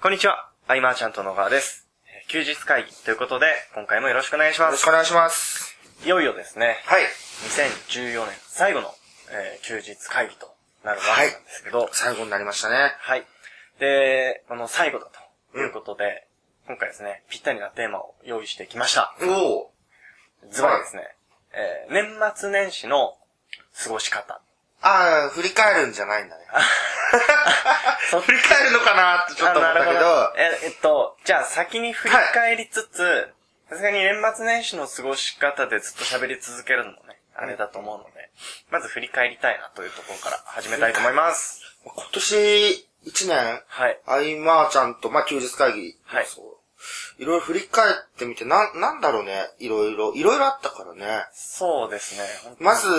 こんにちは、アイマーちゃんと野川です。休日会議ということで、今回もよろしくお願いします。 よろしくお願いします。 いよいよですね、 はい。 2014年最後の、休日会議となるわけなんですけど、 最後になりましたね。 はい。で、この最後だということで、今回ですね、ぴったりなテーマを用意してきました。 おー。 ズバリですね、年末年始の過ごし方。 振り返るんじゃないんだね。振り返るのかなってちょっと思ったけど。 じゃあ先に振り返りつつ、さすがに年末年始の過ごし方でずっと喋り続けるのもね、あれだと思うので、まず振り返りたいなというところから始めたいと思います。 今年1年、 はい。 アイマーちゃんと、休日会議。 はい。 いろいろ振り返ってみて、なんだろうね、いろいろあったからね。 そうですね。 まず、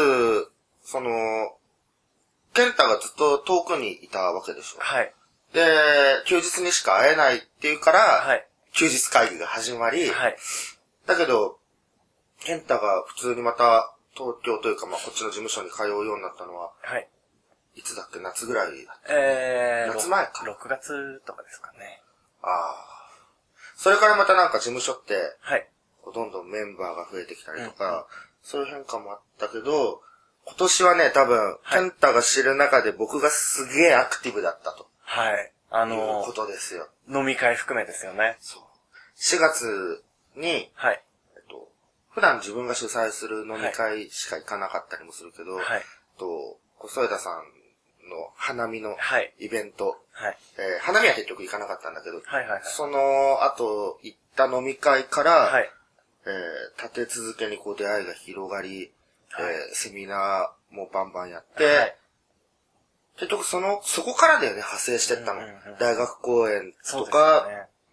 ケンタがずっと遠くにいたわけでしょ。 はい。 で、休日にしか会えないっていうから、 はい。 休日会議が始まり、 はい。 だけど、ケンタが普通にまた東京というか、こっちの事務所に通うようになったのは、 はい。 いつだっけ、夏ぐらいだった、夏前か。 6月とかですかね。 それからまたなんか事務所って、 はい。 どんどんメンバーが増えてきたりとか、そういう変化もあったけど、今年はね、多分、ケンタが知る中で僕がすげえアクティブだったと。 はい。 いうことですよ。 飲み会含めですよね。 そう。4月に、 はい。 普段自分が主催する飲み会しか行かなかったりもするけど、 はい。 小添田さんの花見のイベント、 はい。 花見は結局行かなかったんだけど、 はいはいはい。 その後行った飲み会から、 はい。 立て続けに出会いが広がり、 はい、 セミナーもバンバンやって、 はい、 結局そこからだよね、派生してったの。大学公演とか、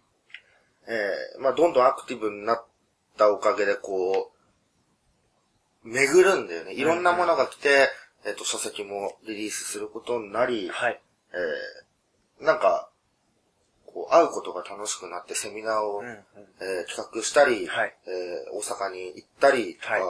どんどんアクティブになったおかげで巡るんだよね。いろんなものが来て、書籍もリリースすることになり、 はい、 なんか、会うことが楽しくなってセミナーを、企画したり、 はい、 大阪に行ったりとか、はい、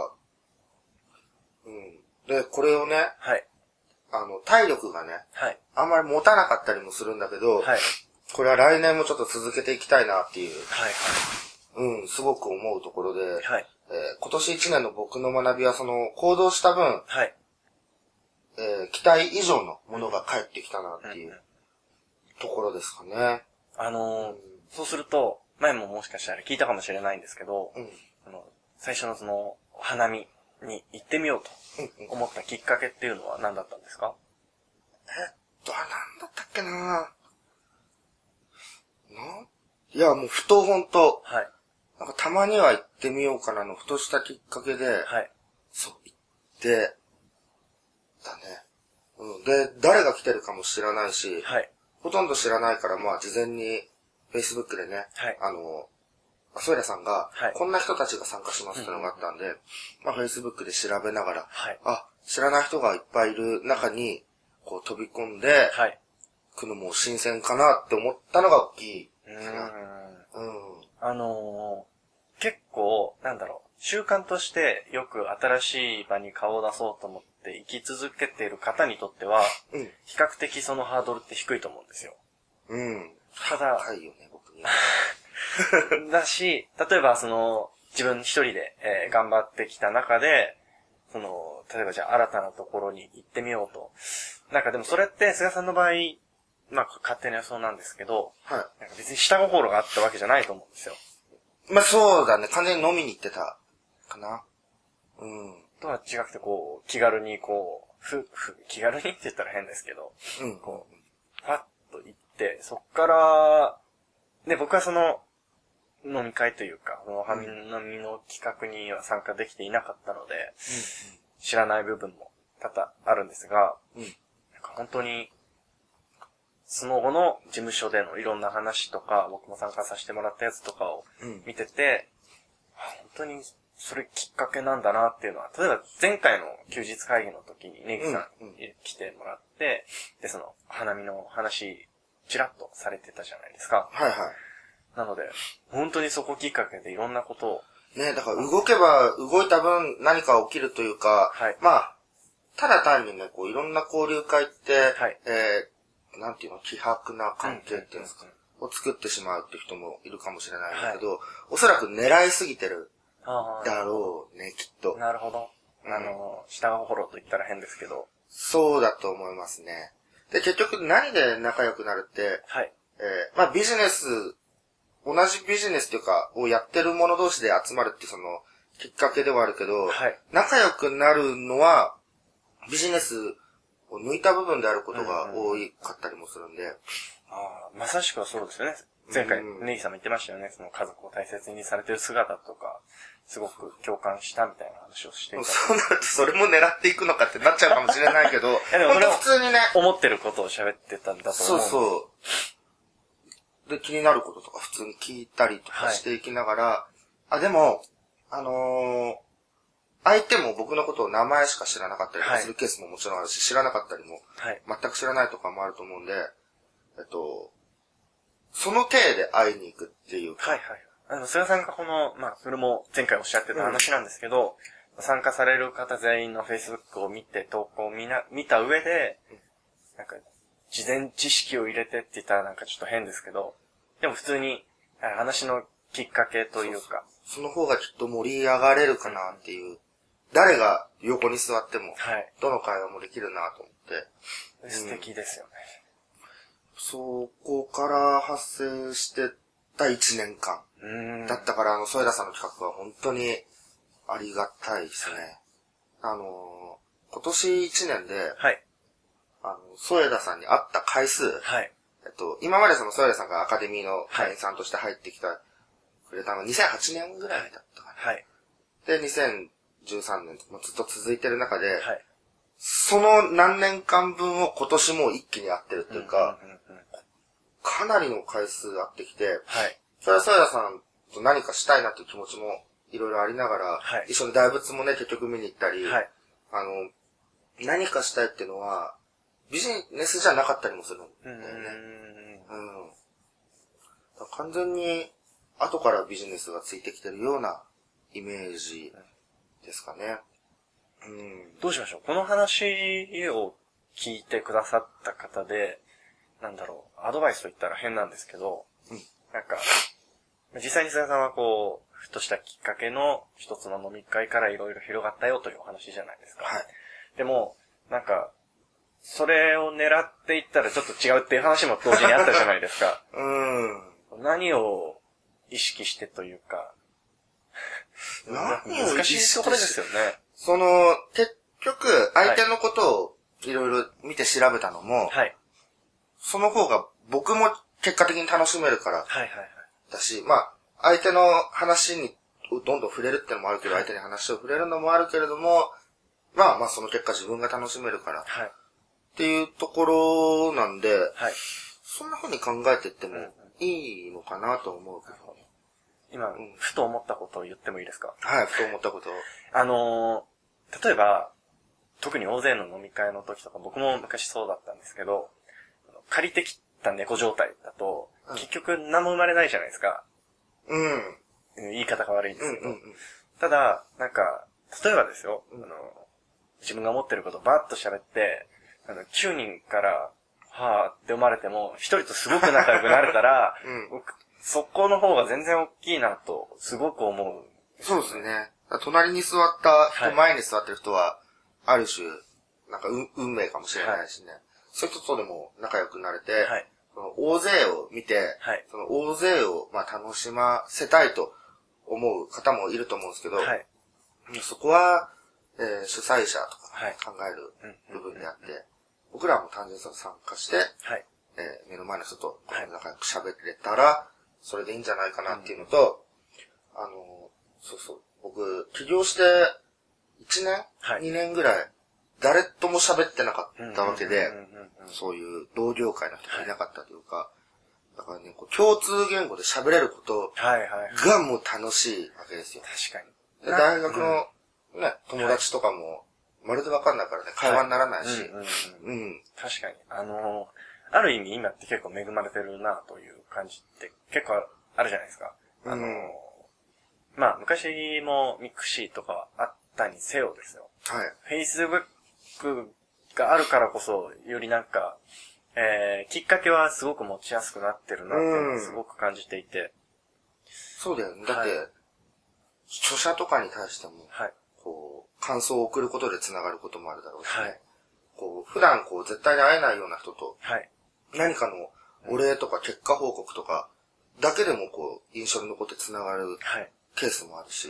で、これをね、 はい、 体力がね、 はい、 あんまり持たなかったりもするんだけど、はい、これは来年もちょっと続けていきたいなっていう、はいはい、すごく思うところで、はい、今年1年の僕の学びは行動した分、はい、期待以上のものが返ってきたなっていうところですかね。 そうすると、前ももしかしたら聞いたかもしれないんですけど、最初の花見に行ってみようと思ったきっかけっていうのは何だったんですか？ 何だったっけいや、もうふとほんと、はい。なんかたまには行ってみようかなのふとしたきっかけで、はい。そう、行って、だね。で、誰が来てるかも知らないし、はい。ほとんど知らないから、事前に、Facebook でね、はい。ソイラさんが、はい。こんな人たちが参加しますってのがあったんで、Facebook で調べながら、はい。知らない人がいっぱいいる中に、飛び込んで、はい。来るのも新鮮かなって思ったのが大きい。 結構、習慣としてよく新しい場に顔を出そうと思って生き続けている方にとっては、比較的そのハードルって低いと思うんですよ。ただ、 高いよね、僕に。 だし、例えば自分一人で、頑張ってきた中で、例えばじゃあ新たなところに行ってみようと。でもそれって菅さんの場合、勝手な予想なんですけど、はい。別に下心があったわけじゃないと思うんですよ。 そうだね。完全に飲みに行ってた。かな。 とは違くて気軽に気軽にって言ったら変ですけど、パッと行って、そっから、で、僕は飲み会というか、花見の企画には参加できていなかったので、知らない部分も多々あるんですが、本当に、その後の事務所でのいろんな話とか、僕も参加させてもらったやつとかを見てて、本当にそれきっかけなんだなっていうのは、例えば前回の休日会議の時にネギさんに来てもらって、で、花見の話、ちらっとされてたじゃないですか。 はいはい。 なので、本当にそこきっかけでいろんなことを。 ね、だから動いた分何か起きるというか、はい。ただ単にね、いろんな交流会って、はい。なんていうの、希薄な関係っていうんですか。 を作ってしまうっていう人もいるかもしれないんだけど、おそらく狙いすぎてるだろうね、きっと。 なるほど。下がフォローと言ったら変ですけど。 そうだと思いますね。で、結局何で仲良くなるって、はい。まあビジネス、同じビジネスというか、をやってる者同士で集まるってその、きっかけではあるけど、はい。仲良くなるのは、ビジネスを抜いた部分であることが多かったりもするんで。 まさしくはそうですよね。前回、ネギさんも言ってましたよね。その家族を大切にされてる姿とか、すごく共感したみたいな話をしていた。 そうなるとそれも狙っていくのかってなっちゃうかもしれないけど、 でも普通にね、思ってることを喋ってたんだと思う。 そうそう。で、気になることとか普通に聞いたりとかしていきながら、でも、相手も僕のことを名前しか知らなかったりとかするケースももちろんあるし、知らなかったりも、全く知らないとかもあると思うんで、その体で会いに行くっていうか。 菅さんがこの、それも前回おっしゃってた話なんですけど、参加される方全員の Facebook を見て、投稿を見た上で、なんか、事前知識を入れてって言ったらなんかちょっと変ですけど、でも普通に、話のきっかけというか。 その方がきっと盛り上がれるかなっていう。誰が横に座っても、どの会話もできるなと思って。 素敵ですよね。 そこから発生してた1年間。だったから、添田さんの企画は本当にありがたいですね。今年1年で、添田さんに会った回数、今までその添田さんがアカデミーの会員さんとして入ってきた、くれたの2008年ぐらいだったかな。で、2013年もずっと続いてる中で、その何年間分を今年も一気に会ってるっていうか、かなりの回数会ってきて、それは添田さんと何かしたいなっていう気持ちもいろいろありながら、一緒に大仏もね、結局見に行ったり、何かしたいっていうのは、ビジネスじゃなかったりもするんだよね。完全に、後からビジネスがついてきてるようなイメージですかね。 どうしましょう。この話を聞いてくださった方で、アドバイスと言ったら変なんですけど、なんか、実際に菅さんはこう、ふとしたきっかけの一つの飲み会からいろいろ広がったよというお話じゃないですか。でも、なんか、それを狙っていったらちょっと違うっていう話も同時にあったじゃないですか。何を意識してというか、難しいところですよね。 結局、相手のことをいろいろ見て調べたのも、その方が僕も結果的に楽しめるからだし、相手の話にどんどん触れるってのもあるけど、相手に話を触れるのもあるけれども、その結果自分が楽しめるから、っていうところなんで、そんな風に考えていってもいいのかなと思うけど。 今、ふと思ったことを言ってもいいですか？ ふと思ったことを。 例えば、特に大勢の飲み会の時とか、僕も昔そうだったんですけど、借りてきた猫状態だと、結局何も生まれないじゃないですか。言い方が悪いんですけど。ただ、なんか、例えばですよ、自分が思ってることをバーッと喋って、9人から、はぁって思われても、1人とすごく仲良くなれたら、僕、そこの方が全然大きいなと、すごく思う。 そうですね。隣に座った人、前に座ってる人は、ある種、なんか運命かもしれないしね。そういう人とでも仲良くなれて、その大勢を見て、その大勢を楽しませたいと思う方もいると思うんですけど、そこは、主催者とか考える部分であって、僕らも単純に参加して、目の前の人と仲良く喋れたら、それでいいんじゃないかなっていうのと、僕、起業して1年、2年ぐらい、誰とも喋ってなかったわけで、そういう同業界の人がいなかったというか、だからね、共通言語で喋れることがもう楽しいわけですよ。 確かに。 で大学のね、友達とかも、まるでわかんないからね、会話にならないし。 確かに。ある意味今って結構恵まれてるなという感じって結構あるじゃないですか。昔もミクシーとかはあったにせよですよ。Facebook があるからこそ、よりなんか、 きっかけはすごく持ちやすくなってるなっていうのをすごく感じていて。 そうだよね。だって、著者とかに対しても、こう、感想を送ることで繋がることもあるだろうしね。こう、普段こう、絶対に会えないような人と、何かのお礼とか結果報告とか、だけでもこう、印象に残って繋がるケースもあるし、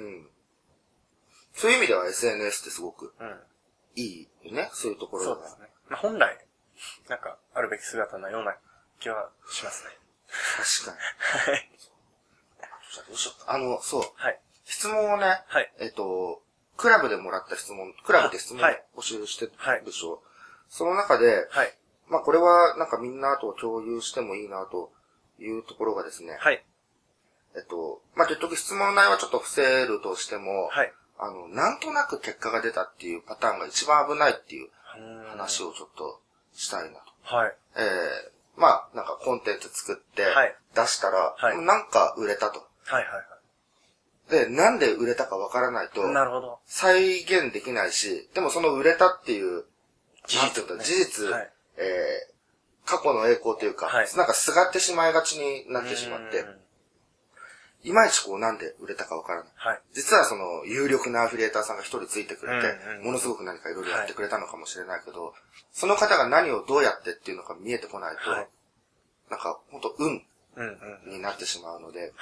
そういう意味では SNS ってすごくいいよね、そういうところが。 そうですね。まあ、本来、なんか、あるべき姿のような気はしますね。 確かに。はい。じゃあどうしようか。そう。質問をね、クラブでもらった質問、クラブで質問を募集してるでしょ。その中で、まあこれはなんかみんなと共有してもいいなというところがですね、まあ結局質問の内容はちょっと伏せるとしても、なんとなく結果が出たっていうパターンが一番危ないっていう話をちょっとしたいなと。まあなんかコンテンツ作って出したら、なんか売れたと。で、なんで売れたかわからないと、再現できないし、でもその売れたっていう、事実、過去の栄光というか、なんかすがってしまいがちになってしまって、いまいちこうなんで売れたかわからない。実はその有力なアフィリエーターさんが一人ついてくれて、ものすごく何かいろいろやってくれたのかもしれないけど、その方が何をどうやってっていうのが見えてこないと、なんかほんと運になってしまうので、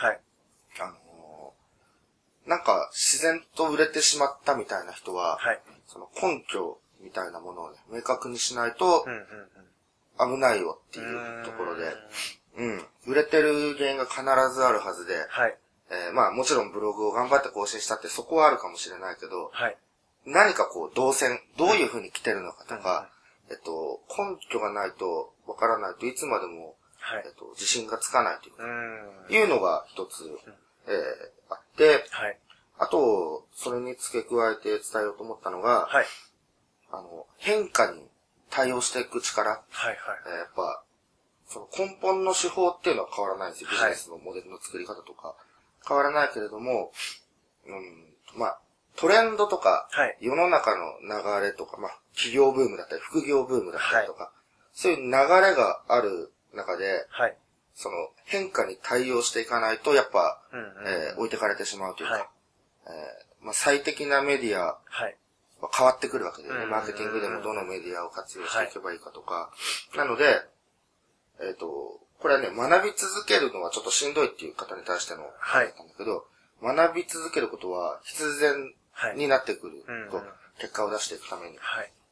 なんか自然と売れてしまったみたいな人は、その根拠みたいなものをね、明確にしないと、危ないよっていうところで、売れてる原因が必ずあるはずで、まあもちろんブログを頑張って更新したってそこはあるかもしれないけど、何かこう動線、どういう風に来てるのかとか、根拠がないとわからないといつまでも、自信がつかないというか、いうのが一つ、あって、あと、それに付け加えて伝えようと思ったのが、変化に対応していく力、やっぱ、その根本の手法っていうのは変わらないんですよ。ビジネスのモデルの作り方とか。変わらないけれども、まあ、トレンドとか、世の中の流れとか、まあ、企業ブームだったり、副業ブームだったりとか、そういう流れがある中で、その変化に対応していかないと、やっぱ、置いてかれてしまうというか、まあ、最適なメディアは変わってくるわけでね、マーケティングでもどのメディアを活用していけばいいかとか、なので、これはね、学び続けるのはちょっとしんどいっていう方に対しての話だったんだけど、学び続けることは必然になってくると、結果を出していくために。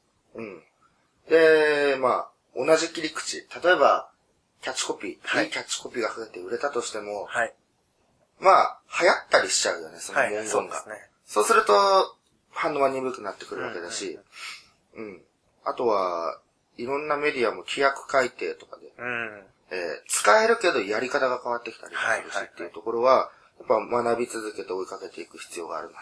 で、まあ、同じ切り口、例えば、キャッチコピー、いいキャッチコピーが増えて売れたとしても、まあ、流行ったりしちゃうよね、その文言が。そうすると、反応は鈍くなってくるわけだし、あとは、いろんなメディアも規約改定とかで、使えるけどやり方が変わってきたりするしっていうところは、やっぱ学び続けて追いかけていく必要があるな。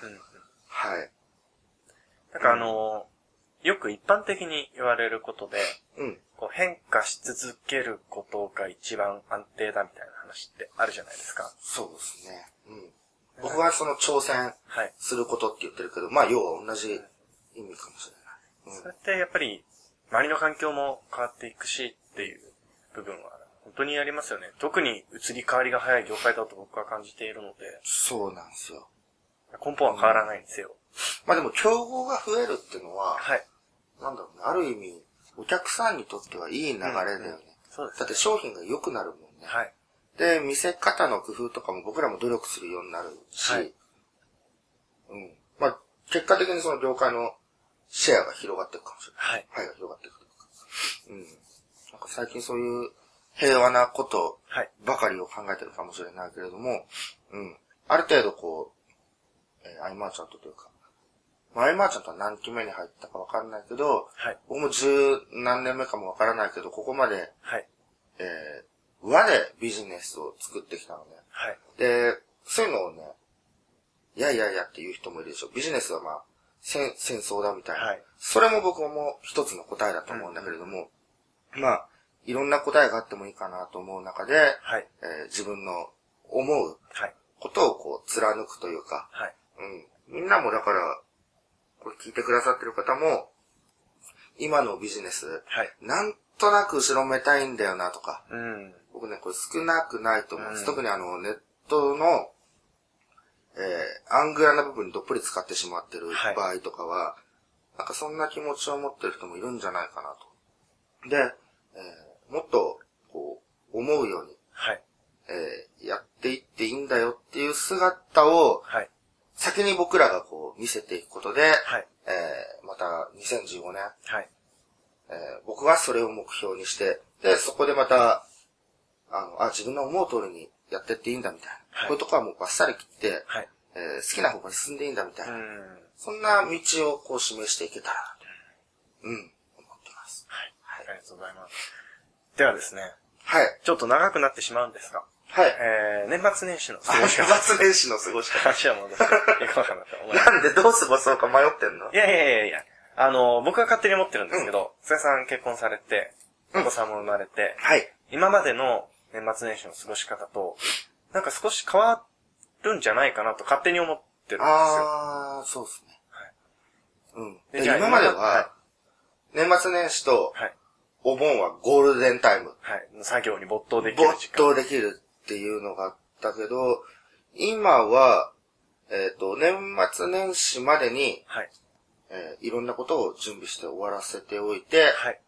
なんかよく一般的に言われることで、こう変化し続けることが一番安定だみたいな話ってあるじゃないですか。 そうですね。僕はその挑戦することって言ってるけど、まあ要は同じ意味かもしれない。 それってやっぱり周りの環境も変わっていくしっていう部分は本当にありますよね。特に移り変わりが早い業界だと僕は感じているので。 そうなんですよ。 根本は変わらないんですよ。 まあでも競合が増えるっていうのは、なんだろうね、ある意味、お客さんにとってはいい流れだよね。 そうですね。 だって商品が良くなるもんね。で、見せ方の工夫とかも僕らも努力するようになるし、まあ、結果的にその業界のシェアが広がっていくかもしれない。が広がっていくというか。なんか最近そういう平和なことばかりを考えてるかもしれないけれども、ある程度こう、アイマーチャントというか、アイマーチャントは何期目に入ったかわかんないけど、僕も十何年目かもわからないけど、ここまで、輪でビジネスを作ってきたのね。で、そういうのをね、いやいやいやっていう人もいるでしょ。ビジネスはまあ、戦争だみたいな。それも僕も一つの答えだと思うんだけれども、まあ、いろんな答えがあってもいいかなと思う中で、自分の思うことをこう貫くというか、みんなもだから、これ聞いてくださってる方も、今のビジネス、なんとなく後ろめたいんだよなとか、僕ね、これ少なくないと思うんです。特にネットの、アングラな部分にどっぷり使ってしまってる場合とかは、なんかそんな気持ちを持ってる人もいるんじゃないかなと。で、もっと、こう、思うように、やっていっていいんだよっていう姿を、先に僕らがこう見せていくことで、また2015年、僕がそれを目標にして、で、そこでまた、自分の思う通りにやってっていいんだみたいな。こういうとこはもうバッサリ切って、好きな方向に進んでいいんだみたいな。そんな道をこう示していけたらなと、思ってます。 ありがとうございます。ではですね、ちょっと長くなってしまうんですが、年末年始の過ごし方。 年末年始の過ごし方。 話は戻していこうかなと思います。 なんでどう過ごそうか迷ってんの？ いや。僕が勝手に思ってるんですけど、菅さん結婚されて、お子さんも生まれて、今までの年末年始の過ごし方と、なんか少し変わるんじゃないかなと勝手に思ってるんですよ。 そうですね。今までは、年末年始と、お盆はゴールデンタイム。 作業に没頭できる時間。 没頭できるっていうのがあったけど、今は、年末年始までに、いろんなことを準備して終わらせておいて、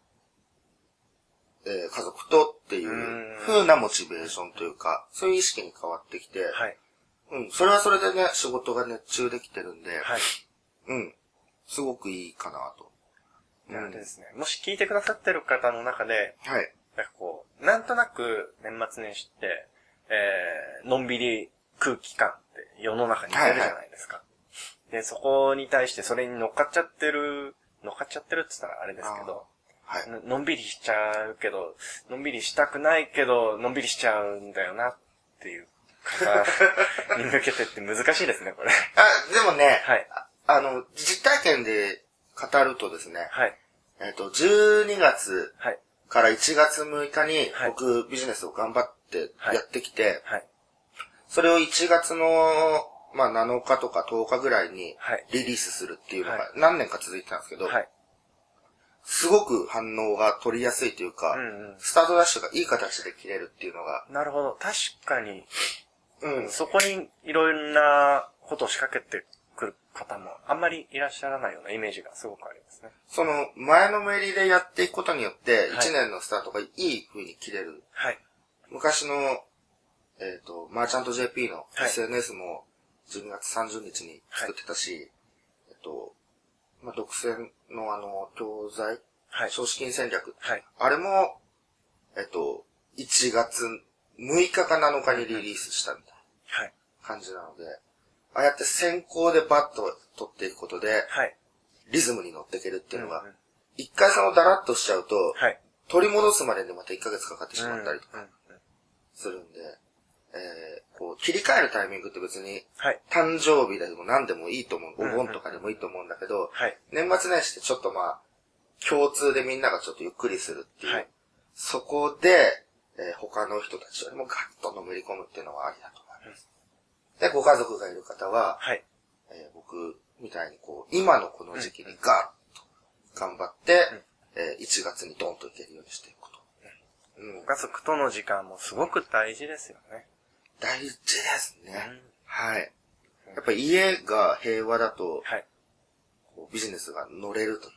家族とっていう風なモチベーションというか、そういう意識に変わってきて、それはそれでね、仕事が熱中できてるんで、すごくいいかなと。 なんでですね、もし聞いてくださってる方の中で、なんかこう、なんとなく年末年始って、のんびり空気感って世の中にあるじゃないですか。で、そこに対してそれに乗っかっちゃってるって言ったらあれですけど、のんびりしちゃうけど、のんびりしたくないけど、のんびりしちゃうんだよなっていう方に向けてって難しいですね、これ。 でもね、実体験で語るとですね、12月から1月6日に僕ビジネスを頑張ってやってきて、それを1月の7日とか10日ぐらいにリリースするっていうのが何年か続いてたんですけど、すごく反応が取りやすいというか、スタートダッシュがいい形で切れるっていうのが。 なるほど。確かに、そこにいろんなことを仕掛けてくる方もあんまりいらっしゃらないようなイメージがすごくありますね。 その前のめりでやっていくことによって、1年のスタートがいい風に切れる。昔の、マーチャント JP の SNS も12月30日に作ってたし、独占の教材、少子金戦略、あれも、1月6日か7日にリリースしたみたいな感じなので、ああやって先行でバッと取っていくことで、リズムに乗っていけるっていうのが、一回そのダラッとしちゃうと、取り戻すまででまた1ヶ月かかってしまったりとかするんで、こう切り替えるタイミングって別に、誕生日でも何でもいいと思う、お盆とかでもいいと思うんだけど、年末年始ってちょっと共通でみんながちょっとゆっくりするっていう、そこで、他の人たちよりもガッとのめり込むっていうのはありだと思います。で、ご家族がいる方は、僕みたいにこう、今のこの時期にガッと頑張って、1月にドンといけるようにしていくと。 ご家族との時間もすごく大事ですよね。 大事ですね。やっぱり家が平和だと、ビジネスが乗れると。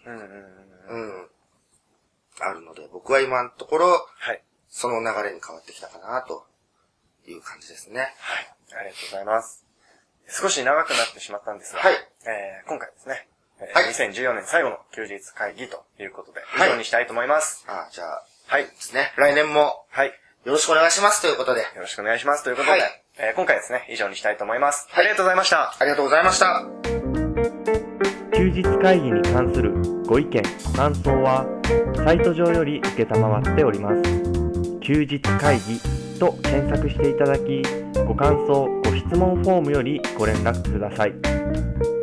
あるので、僕は今のところ、その流れに変わってきたかなという感じですね。 ありがとうございます。少し長くなってしまったんですが、今回ですね、2014年最後の休日会議ということで、以上にしたいと思います。 じゃあ、ですね、来年も、よろしくお願いしますということで。 よろしくお願いしますということで、今回ですね、以上にしたいと思います。ありがとうございました。 ありがとうございました。 休日会議に関するご意見、ご感想は、サイト上より受けたまわっております。休日会議と検索していただき、ご感想、ご質問フォームよりご連絡ください。